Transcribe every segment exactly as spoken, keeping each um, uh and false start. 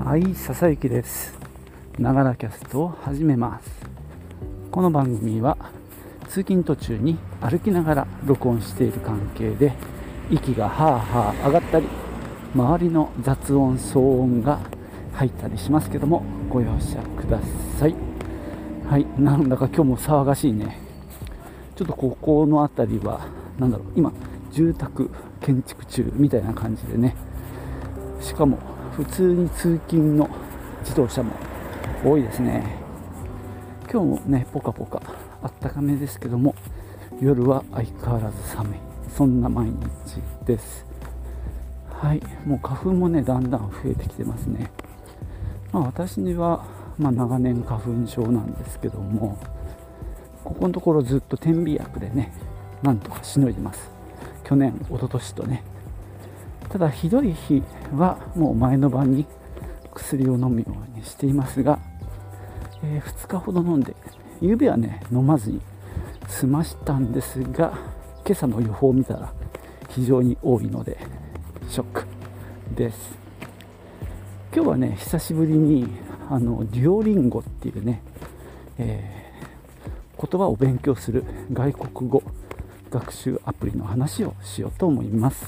はい、笹雪です。ながらキャストを始めます。この番組は通勤途中に歩きながら録音している関係で、息がはあはあ上がったり、周りの雑音騒音が入ったりしますけども、ご容赦ください。はい、なんだか今日も騒がしいね。ちょっとここの辺りはなんだろう、今住宅建築中みたいな感じでね、しかも普通に通勤の自動車も多いですね。今日もねポカポカあったかめですけども、夜は相変わらず寒い、そんな毎日です。はい、もう花粉もねだんだん増えてきてますね。まあ、私には、まあ、長年花粉症なんですけども、ここのところずっと点鼻薬でねなんとかしのいでます。去年一昨年とね。ただひどい日はもう前の晩に薬を飲むようにしていますが、えー、ふつかほど飲んで、夕べはね飲まずに済ましたんですが、今朝の予報を見たら非常に多いのでショックです。今日はね久しぶりにあのデュオリンゴっていうね、えー、言葉を勉強する外国語学習アプリの話をしようと思います。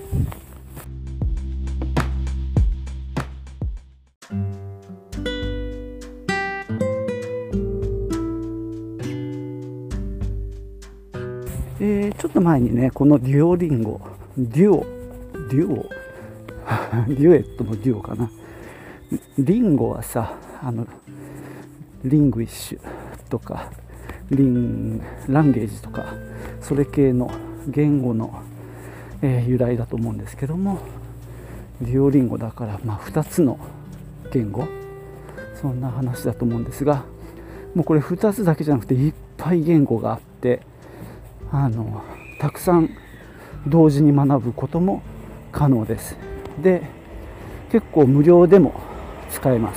えー、ちょっと前にねこのデュオリンゴデュオデュオデュエットのデュオかな、リンゴはさ、あのリングイッシュとかリンランゲージとかそれ系の言語の、えー、由来だと思うんですけども、デュオリンゴだから、まあ、ふたつの言語、そんな話だと思うんですが、もうこれふたつだけじゃなくていっぱい言語があって、あのたくさん同時に学ぶことも可能です。で、結構無料でも使えます。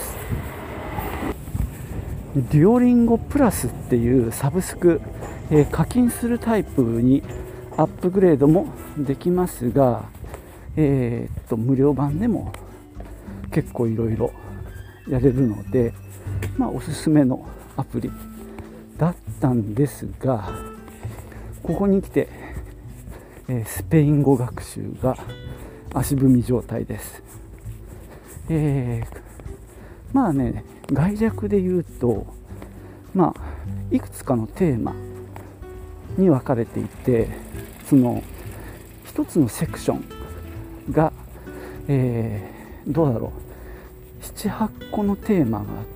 デュオリンゴプラスっていうサブスク、えー、課金するタイプにアップグレードもできますが、えー、っと無料版でも結構いろいろやれるので、まあおすすめのアプリだったんですが、ここに来て、えー、スペイン語学習が足踏み状態です。えー、まあね概略で言うと、まあいくつかのテーマに分かれていて、その一つのセクションが、えー、どうだろう、ななはちこのテーマがあって、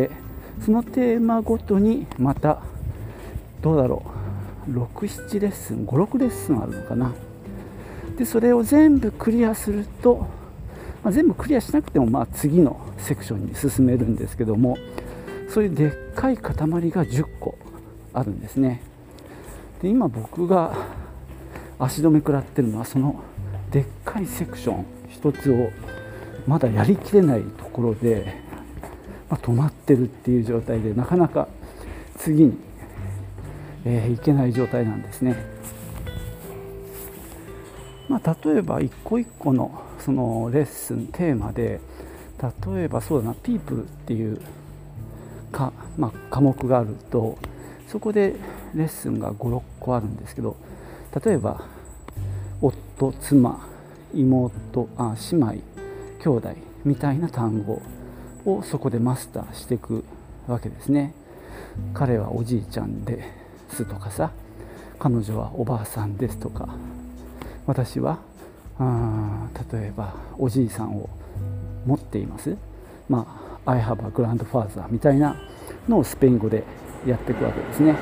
そのテーマごとにまたどうだろうろく、ななレッスン、ご、ろくレッスンあるのかな。でそれを全部クリアすると、まあ、全部クリアしなくてもまあ次のセクションに進めるんですけども、そういうでっかい塊がじゅっこあるんですね。で今僕が足止め食らってるのはそのでっかいセクション一つをまだやりきれないところで、まあ、止まってるっていう状態で、なかなか次に、えー、いけない状態なんですね。まあ、例えば一個一個のそのレッスンテーマで、例えばそうだな、ピープルっていうか、まあ、科目があると、そこでレッスンがご、ろっこあるんですけど、例えば夫、妻、妹、あ姉妹、兄弟みたいな単語をそこでマスターしていくわけですね。彼はおじいちゃんですとかさ、彼女はおばあさんですとか、私はあ例えばおじいさんを持っています、まあ I have a grandfather みたいなのをスペイン語でやっていくわけですね。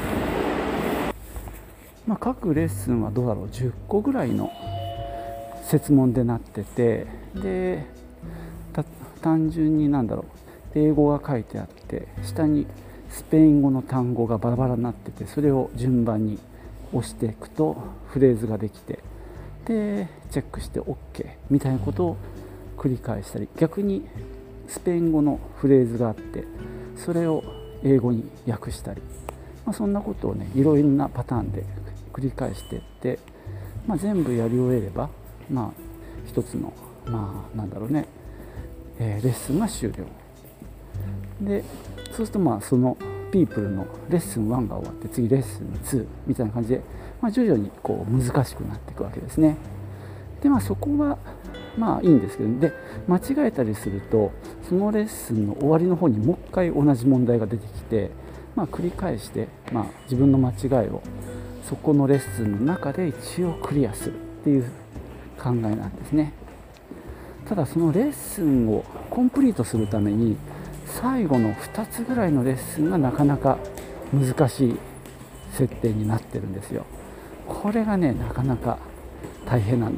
まあ、各レッスンはどうだろうじゅっこぐらいの設問でなってて、で単純になんだろう英語が書いてあって、下にスペイン語の単語がバラバラになってて、それを順番に押していくとフレーズができて、でチェックして OK みたいなことを繰り返したり、逆にスペイン語のフレーズがあってそれを英語に訳したり、まあ、そんなことをねいろいろなパターンで繰り返していって、まあ、全部やり終えれば、まあ、一つのまあなんだろうねえー、レッスンが終了で、そうするとまあそのピープルのレッスンワンが終わって次レッスンツーみたいな感じで、まあ、徐々にこう難しくなっていくわけですね。でまあそこはまあいいんですけど、で間違えたりするとそのレッスンの終わりの方にもう一回同じ問題が出てきて、まあ、繰り返して、まあ、自分の間違いをそこのレッスンの中で一応クリアするっていう考えなんですね。ただそのレッスンをコンプリートするために最後のふたつぐらいのレッスンがなかなか難しい設定になってるんですよ。これがねなかなか大変なんです。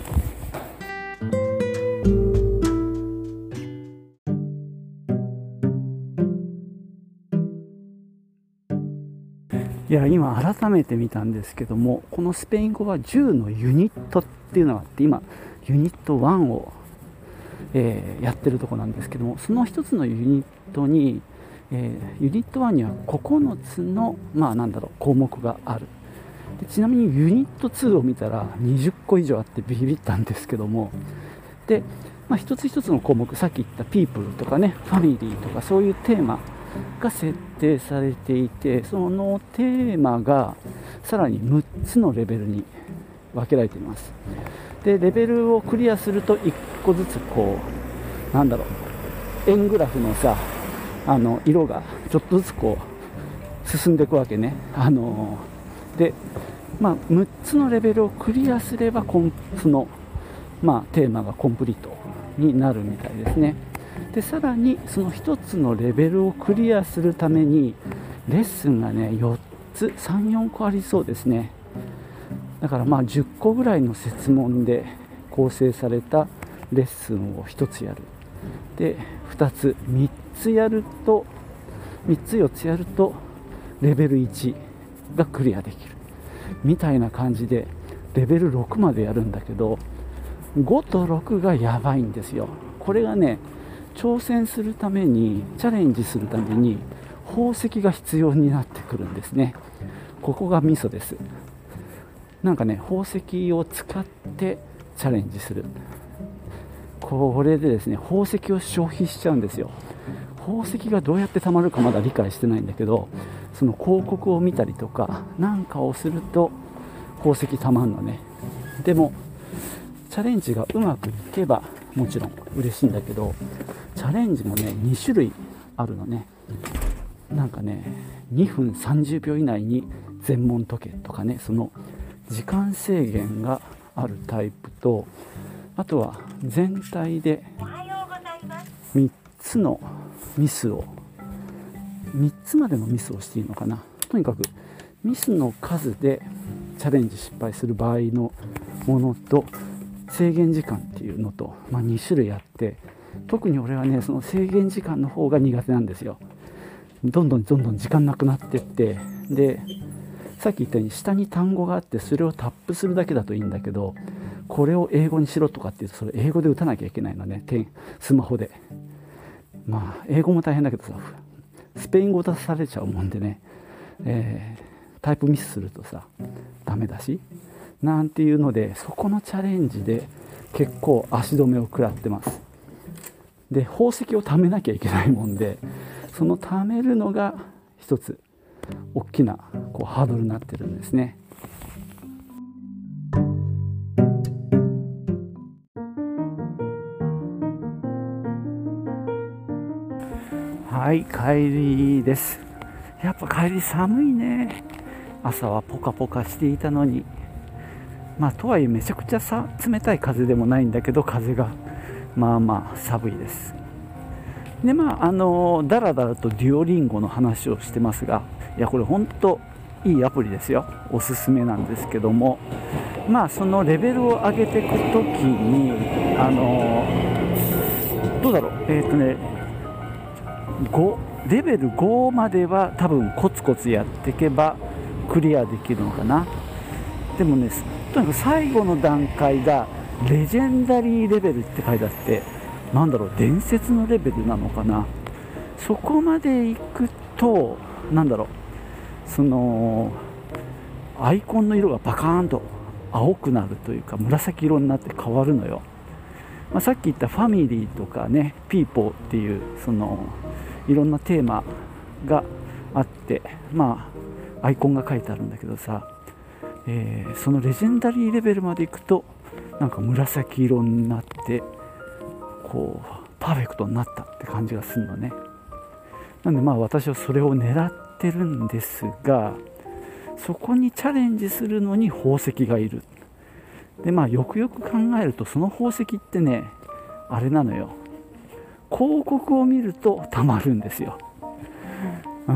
いや今改めて見たんですけども、このスペイン語はじゅうのユニットっていうのがあって、今ユニットワンを、えー、やってるとこなんですけども、そのひとつのユニットに、えー、ユニットワンにはここのつの、まあ、なんだろう項目がある。でちなみにユニットツーを見たらにじゅっこ以上あってビビったんですけども、で、まあ、一つ一つの項目、さっき言ったピープルとかね、ファミリーとかそういうテーマが設定されていて、そのテーマがさらにむっつのレベルに分けられています。でレベルをクリアするといっこずつこうなんだろう円グラフのさあの色がちょっとずつこう進んでいくわけね。あので、まあ、むっつのレベルをクリアすればコンその、まあ、テーマがコンプリートになるみたいですね。でさらにそのひとつのレベルをクリアするためにレッスンがねよっつさん、よんこありそうですね。だからまあじゅっこぐらいの設問で構成されたレッスンをひとつやる。でふたつみっつやるとみっつよっつやるとレベルいちがクリアできるみたいな感じでレベルろくまでやるんだけど、ごとろくがやばいんですよ。これがね挑戦するためにチャレンジするために宝石が必要になってくるんですね。ここがミソです。なんかね宝石を使ってチャレンジする。これでですね宝石を消費しちゃうんですよ。宝石がどうやって貯まるかまだ理解してないんだけど、その広告を見たりとかなんかをすると宝石貯まるのね。でもチャレンジがうまくいけばもちろん嬉しいんだけど、チャレンジもねにしゅるいあるのね。なんかねにふんさんじゅうびょう以内に全問解けとかね、その時間制限があるタイプと、あとは全体でみっつのミスをみっつまでのミスをしていいのかな。とにかくミスの数でチャレンジ失敗する場合のものと制限時間っていうのと、まあ、にしゅるいあって、特に俺はねその制限時間の方が苦手なんですよ。どんどんどんどん時間なくなってって、でさっき言ったように下に単語があってそれをタップするだけだといいんだけど、これを英語にしろとかっていうとそれ英語で打たなきゃいけないのね、スマホで。まあ英語も大変だけどさ、スペイン語出されちゃうもんでね、えー、タイプミスするとさダメだしなんていうので、そこのチャレンジで結構足止めを食らってます。で宝石を貯めなきゃいけないもんで、その貯めるのが一つ大きなこうハードルになってるんですね。はい、帰りです。やっぱ帰り寒いね。朝はポカポカしていたのに、まあとはいえめちゃくちゃさ冷たい風でもないんだけど、風がまあまあ寒いです。でまああのだらだらとデュオリンゴの話をしてますが、いやこれ本当いいアプリですよ。おすすめなんですけども、まあそのレベルを上げていくときにあのどうだろうえっ、ー、とねごレベルごまでは多分コツコツやっていけばクリアできるのかな。でもねとにかく最後の段階がレジェンダリーレベルって書いてあって、なんだろう伝説のレベルなのかな。そこまで行くとなんだろうそのアイコンの色がバカーンと青くなるというか紫色になって変わるのよ。 まあ、さっき言ったファミリーとかね、ピーポーっていうそのいろんなテーマがあって、まあアイコンが書いてあるんだけどさ、えー、そのレジェンダリーレベルまでいくとなんか紫色になってこうパーフェクトになったって感じがするのね。なんでまあ私はそれを狙ってるんですが、そこにチャレンジするのに宝石がいる。でまあよくよく考えるとその宝石ってね、あれなのよ、広告を見るとたまるんですよ。うん、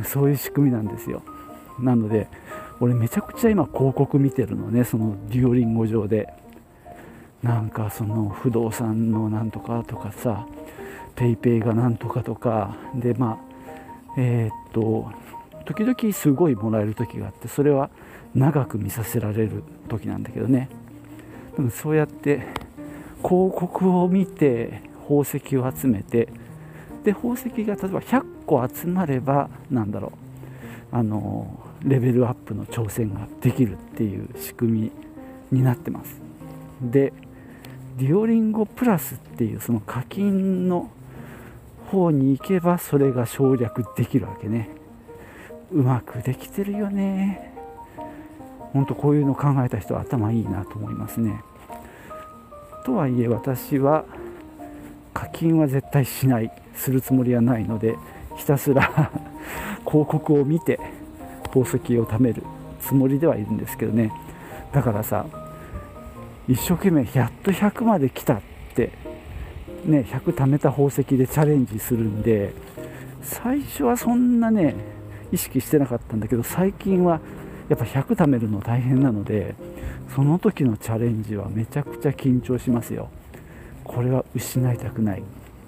そういう仕組みなんですよ。なので俺めちゃくちゃ今広告見てるのね、そのデュオリンゴ上で。なんかその不動産のなんとかとかさ、ペイペイがなんとかとかで、まあえー、っと時々すごいもらえる時があって、それは長く見させられる時なんだけどね。でもそうやって広告を見て宝石を集めて、で宝石が例えばひゃっこ集まればなんだろう、あのレベルアップの挑戦ができるっていう仕組みになってます。でデュオリンゴプラスっていうその課金の方に行けばそれが省略できるわけね。うまくできてるよね。ほんとこういうの考えた人は頭いいなと思いますね。とはいえ私は課金は絶対しない、するつもりはないので、ひたすら広告を見て宝石を貯めるつもりではいるんですけどね。だからさ、一生懸命やっとひゃくまで来たってね、ひゃく貯めた宝石でチャレンジするんで、最初はそんなね意識してなかったんだけど、最近はやっぱひゃく貯めるの大変なので、その時のチャレンジはめちゃくちゃ緊張しますよ。これは失いたくない。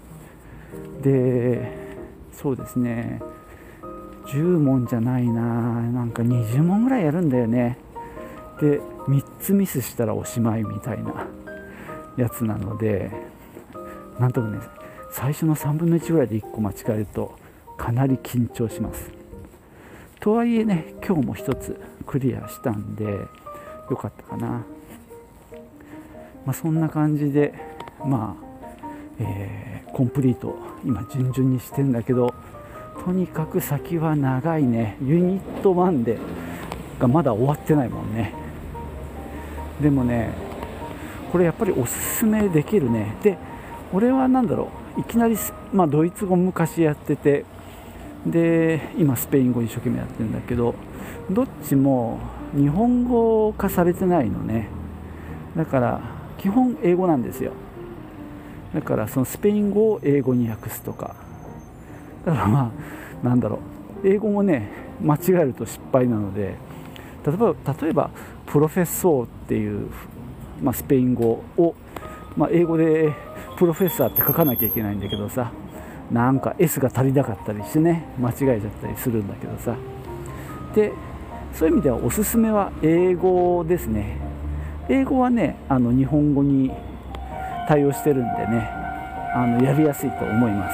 でそうですね、じゅうもんじゃないな、なんかにじゅうもんぐらいやるんだよね。でみっつミスしたらおしまいみたいなやつなので、なんともね、最初のさんぶんのいちぐらいでいっこ間違えるとかなり緊張します。とはいえね、今日も一つクリアしたんでよかったかな。まあ、そんな感じで、まあえー、コンプリート今順々にしてんだけど、とにかく先は長いね。ユニットワンでがまだ終わってないもんね。でもね、これやっぱりおすすめできるね。で俺はなんだろう、いきなり、まあ、ドイツ語昔やってて、で今スペイン語一生懸命やってるんだけど、どっちも日本語化されてないのね。だから基本英語なんですよ。だからそのスペイン語を英語に訳すとか、だからまあなんだろう、英語もね間違えると失敗なので、例えば例えばプロフェッソーっていう、まあ、スペイン語を、まあ、英語でプロフェッサーって書かなきゃいけないんだけどさ、なんか S が足りなかったりしてね、間違えちゃったりするんだけどさ。でそういう意味ではおすすめは英語ですね。英語はね、あの日本語に対応してるんでね、あのやりやすいと思います。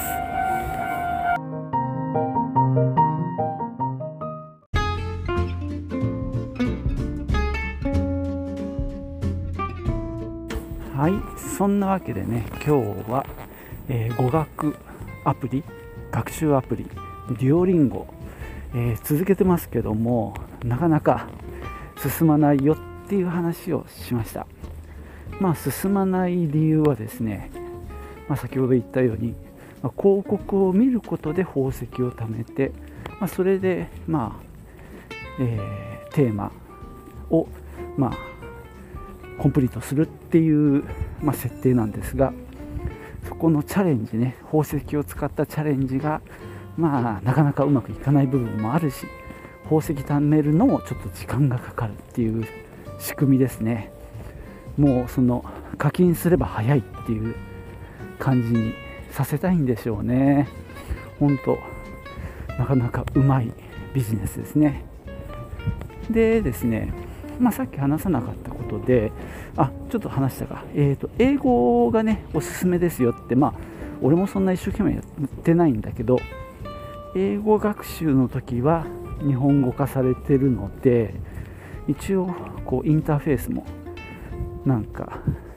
はい、そんなわけでね、今日は、えー、語学アプリ、学習アプリデュオリンゴ、えー、続けてますけども、なかなか進まないよっていう話をしました。まあ進まない理由はですね、まあ、先ほど言ったように、まあ、広告を見ることで宝石を貯めて、まあ、それでまあ、えー、テーマをまあコンプリートするっていう、まあ、設定なんですが、そこのチャレンジね、宝石を使ったチャレンジがまあなかなかうまくいかない部分もあるし、宝石貯めるのもちょっと時間がかかるっていう仕組みですね。もうその課金すれば早いっていう感じにさせたいんでしょうね。本当なかなかうまいビジネスですね。でですね、まあ、さっき話さなかったことで、あ、ちょっと話したか、えーと、英語がねおすすめですよって、まあ俺もそんな一生懸命やってないんだけど、英語学習の時は日本語化されてるので、一応こうインターフェースもなんか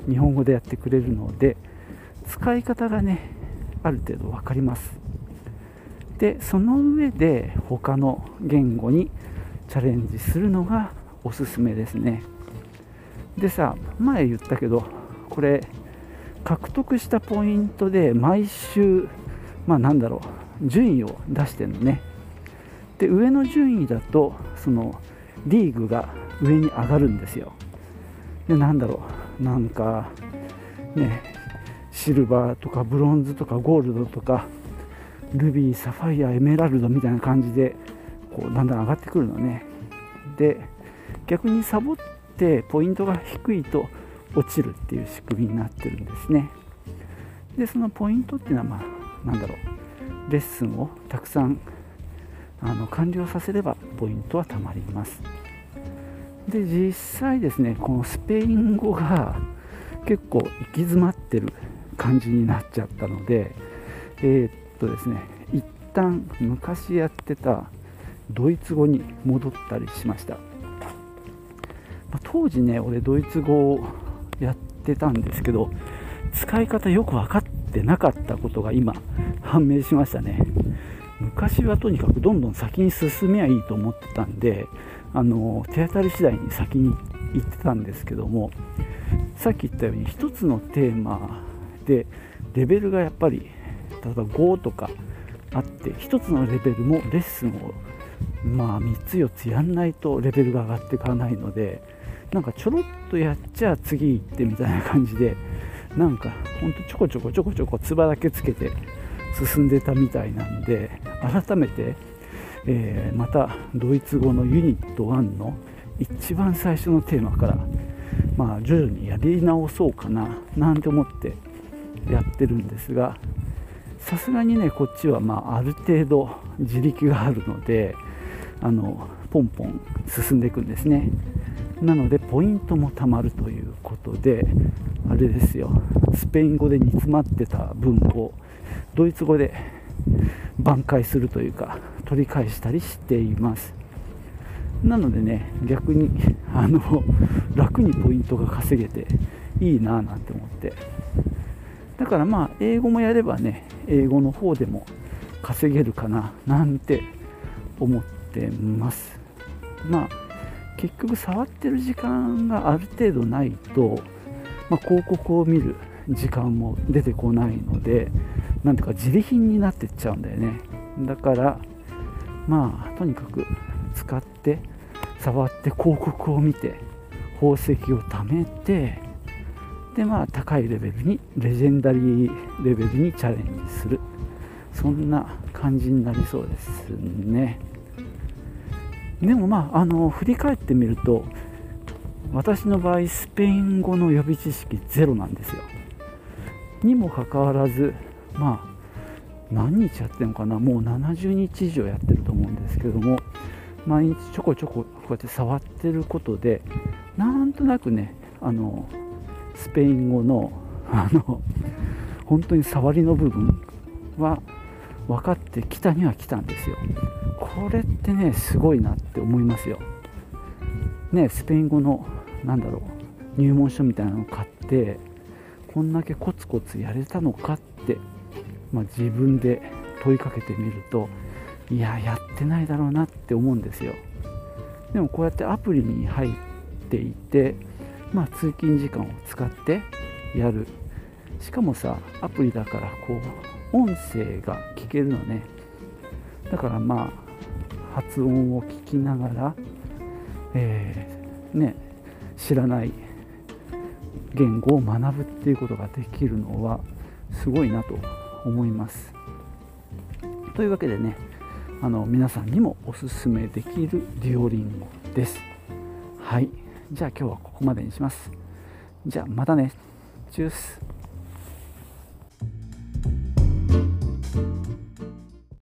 日本語でやってくれるので、使い方がねある程度分かります。でその上で他の言語にチャレンジするのがおすすめですね。でさ、前言ったけど、これ獲得したポイントで毎週、まあなんだろう、順位を出してるのね。で上の順位だとそのリーグが上に上がるんですよ。でなんだろう、なんかね、シルバーとかブロンズとかゴールドとかルビー、サファイア、エメラルドみたいな感じでこうだんだん上がってくるのね。で逆にサボってポイントが低いと落ちるっていう仕組みになってるんですね。でそのポイントっていうのは、まあなんだろう、レッスンをたくさんあの完了させればポイントはたまります。で実際ですね、このスペイン語が結構行き詰まってる感じになっちゃったので、えー、っとですね一旦昔やってたドイツ語に戻ったりしました。まあ、当時ね俺ドイツ語をやってたんですけど、使い方よく分かってなかったことが今判明しましたね。昔はとにかくどんどん先に進めばいいと思ってたんで、あの手当たり次第に先に行ってたんですけども、さっき言ったように一つのテーマでレベルがやっぱり例えばごとかあって、一つのレベルもレッスンをまあみっつよっつやんないとレベルが上がっていかないので、なんかちょろっとやっちゃ次行ってみたいな感じで、なんかほんとちょこちょこちょこちょこつばだけつけて進んでたみたいなんで、改めて、えー、またドイツ語のユニットワンの一番最初のテーマから、まあ、徐々にやり直そうかななんて思ってやってるんですが、さすがにねこっちは、まあ、ある程度自力があるので、あのポンポン進んでいくんですね。なのでポイントも貯まるということで、あれですよ、スペイン語で煮詰まってた文をドイツ語で挽回するというか取り返したりしています。なのでね、逆にあの楽にポイントが稼げていいなぁなんて思って、だからまあ英語もやればね、英語の方でも稼げるかななんて思ってます。まあ結局触ってる時間がある程度ないと、まあ、広告を見る時間も出てこないので、なんていうか自利品になってっちゃうんだよね。だからまあとにかく使って触って広告を見て宝石を貯めて、でまあ高いレベルにレジェンダリーレベルにチャレンジする、そんな感じになりそうですね。でもまああの振り返ってみると、私の場合スペイン語の予備知識ゼロなんですよ。にもかかわらず、まあ何日やってるのかな、もうななじゅうにち以上やってると思うんですけども、毎日ちょこちょここうやって触ってることで、なんとなくね、あのスペイン語のあの本当に触りの部分は分かってきたには来たんですよ。これってねすごいなって思いますよね。スペイン語のなんだろう、入門書みたいなのを買ってこんだけコツコツやれたのかって、まあ、自分で問いかけてみると、いややってないだろうなって思うんですよ。でもこうやってアプリに入っていて、まあ、通勤時間を使ってやる。しかもさ、アプリだからこう音声が聞けるのね。だからまあ発音を聞きながら、えー、ね知らない言語を学ぶっていうことができるのはすごいなと思います。というわけでね、あの皆さんにもおすすめできるデュオリンゴです。はい、じゃあ今日はここまでにします。じゃあまたね。チュース。